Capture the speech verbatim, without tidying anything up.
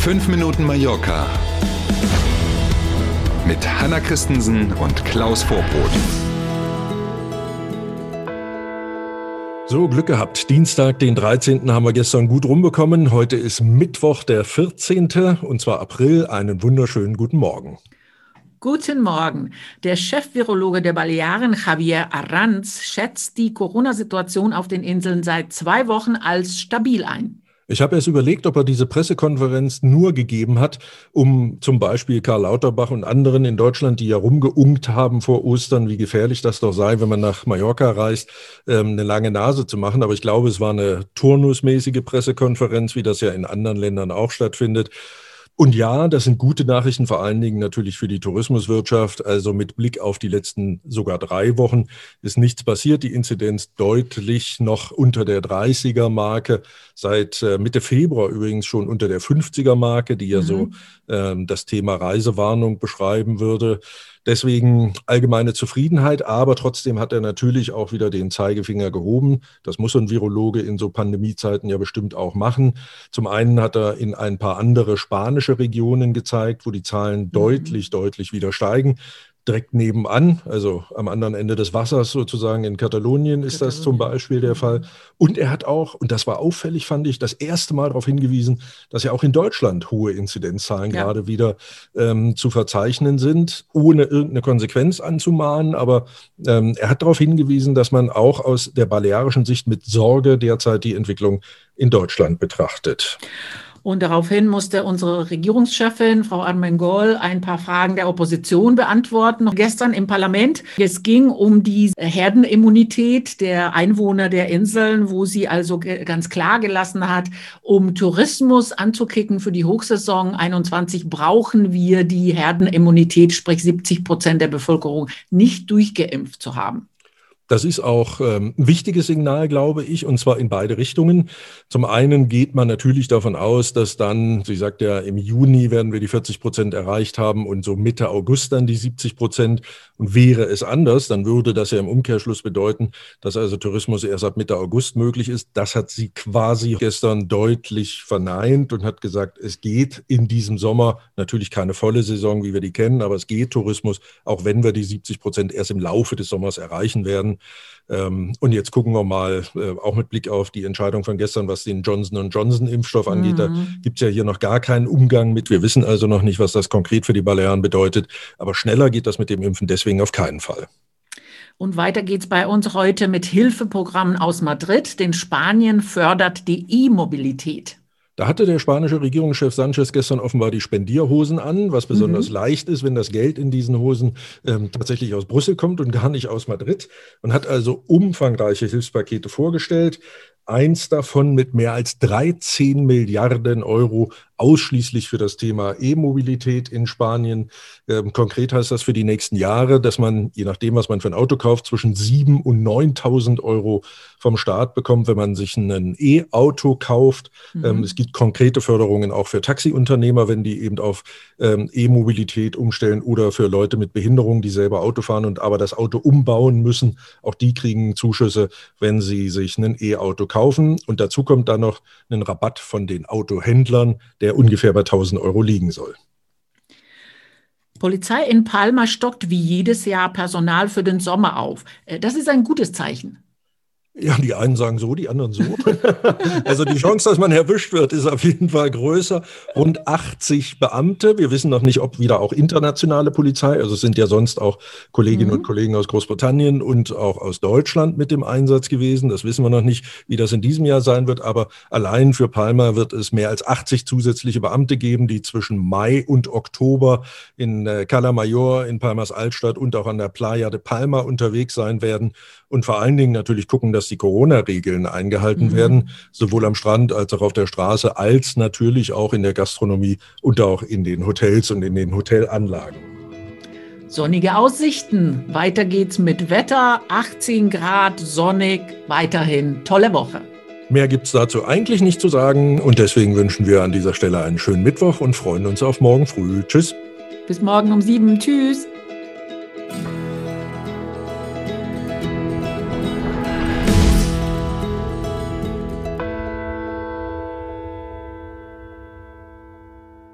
fünf Minuten Mallorca mit Hanna Christensen und Klaus Vorbrot. So, Glück gehabt. Dienstag, den dreizehnten haben wir gestern gut rumbekommen. Heute ist Mittwoch, der vierzehnte und zwar April. Einen wunderschönen guten Morgen. Guten Morgen. Der Chef-Virologe der Balearen, Javier Arranz, schätzt die Corona-Situation auf den Inseln seit zwei Wochen als stabil ein. Ich habe erst überlegt, ob er diese Pressekonferenz nur gegeben hat, um zum Beispiel Karl Lauterbach und anderen in Deutschland, die ja rumgeunkt haben vor Ostern, wie gefährlich das doch sei, wenn man nach Mallorca reist, eine lange Nase zu machen. Aber ich glaube, es war eine turnusmäßige Pressekonferenz, wie das ja in anderen Ländern auch stattfindet. Und ja, das sind gute Nachrichten, vor allen Dingen natürlich für die Tourismuswirtschaft. Also mit Blick auf die letzten sogar drei Wochen ist nichts passiert. Die Inzidenz deutlich noch unter der dreißiger-Marke. Seit Mitte Februar übrigens schon unter der fünfziger-Marke, die ja mhm. so ähm, das Thema Reisewarnung beschreiben würde. Deswegen allgemeine Zufriedenheit, aber trotzdem hat er natürlich auch wieder den Zeigefinger gehoben. Das muss ein Virologe in so Pandemiezeiten ja bestimmt auch machen. Zum einen hat er in ein paar andere spanische Regionen gezeigt, wo die Zahlen mhm. deutlich, deutlich wieder steigen. Direkt nebenan, also am anderen Ende des Wassers sozusagen in Katalonien ist das zum Beispiel der Fall. Und er hat auch, und das war auffällig, fand ich, das erste Mal darauf hingewiesen, dass ja auch in Deutschland hohe Inzidenzzahlen ja. gerade wieder ähm, zu verzeichnen sind, ohne irgendeine Konsequenz anzumahnen. Aber ähm, er hat darauf hingewiesen, dass man auch aus der balearischen Sicht mit Sorge derzeit die Entwicklung in Deutschland betrachtet. Und daraufhin musste unsere Regierungschefin, Frau Armengol, ein paar Fragen der Opposition beantworten. Gestern im Parlament. Es ging um die Herdenimmunität der Einwohner der Inseln, wo sie also ganz klar gelassen hat, um Tourismus anzukicken für die Hochsaison einundzwanzig brauchen wir die Herdenimmunität, sprich siebzig Prozent der Bevölkerung nicht durchgeimpft zu haben. Das ist auch ähm, ein wichtiges Signal, glaube ich, und zwar in beide Richtungen. Zum einen geht man natürlich davon aus, dass dann, sie sagt ja, im Juni werden wir die vierzig Prozent erreicht haben und so Mitte August dann die siebzig Prozent. Und wäre es anders, dann würde das ja im Umkehrschluss bedeuten, dass also Tourismus erst ab Mitte August möglich ist. Das hat sie quasi gestern deutlich verneint und hat gesagt, es geht in diesem Sommer natürlich keine volle Saison, wie wir die kennen, aber es geht Tourismus, auch wenn wir die siebzig Prozent erst im Laufe des Sommers erreichen werden. Und jetzt gucken wir mal, auch mit Blick auf die Entscheidung von gestern, was den Johnson und Johnson-Impfstoff angeht. Mhm. Da gibt es ja hier noch gar keinen Umgang mit. Wir wissen also noch nicht, was das konkret für die Balearen bedeutet. Aber schneller geht das mit dem Impfen deswegen auf keinen Fall. Und weiter geht's bei uns heute mit Hilfeprogrammen aus Madrid, denn Spanien fördert die E-Mobilität. Da hatte der spanische Regierungschef Sánchez gestern offenbar die Spendierhosen an, was besonders mhm. leicht ist, wenn das Geld in diesen Hosen ähm, tatsächlich aus Brüssel kommt und gar nicht aus Madrid. Und hat also umfangreiche Hilfspakete vorgestellt. Eins davon mit mehr als dreizehn Milliarden Euro ausschließlich für das Thema E-Mobilität in Spanien. Ähm, konkret heißt das für die nächsten Jahre, dass man, je nachdem, was man für ein Auto kauft, zwischen siebentausend und neuntausend Euro vom Staat bekommt, wenn man sich ein E-Auto kauft. Mhm. Ähm, es gibt konkrete Förderungen auch für Taxiunternehmer, wenn die eben auf ähm, E-Mobilität umstellen oder für Leute mit Behinderung, die selber Auto fahren und aber das Auto umbauen müssen. Auch die kriegen Zuschüsse, wenn sie sich ein E-Auto kaufen. Und dazu kommt dann noch ein Rabatt von den Autohändlern, der ungefähr bei tausend Euro liegen soll. Polizei in Palma stockt wie jedes Jahr Personal für den Sommer auf. Das ist ein gutes Zeichen. Ja, die einen sagen so, die anderen so. Also die Chance, dass man erwischt wird, ist auf jeden Fall größer. Rund achtzig Beamte. Wir wissen noch nicht, ob wieder auch internationale Polizei, also es sind ja sonst auch Kolleginnen mhm. und Kollegen aus Großbritannien und auch aus Deutschland mit dem Einsatz gewesen. Das wissen wir noch nicht, wie das in diesem Jahr sein wird. Aber allein für Palma wird es mehr als achtzig zusätzliche Beamte geben, die zwischen Mai und Oktober in äh, Cala Mayor, in Palmas Altstadt und auch an der Playa de Palma unterwegs sein werden. Und vor allen Dingen natürlich gucken, dass die Corona-Regeln eingehalten mhm. werden, sowohl am Strand als auch auf der Straße, als natürlich auch in der Gastronomie und auch in den Hotels und in den Hotelanlagen. Sonnige Aussichten. Weiter geht's mit Wetter. achtzehn Grad, sonnig, weiterhin tolle Woche. Mehr gibt's dazu eigentlich nicht zu sagen und deswegen wünschen wir an dieser Stelle einen schönen Mittwoch und freuen uns auf morgen früh. Tschüss. Bis morgen um sieben. Tschüss.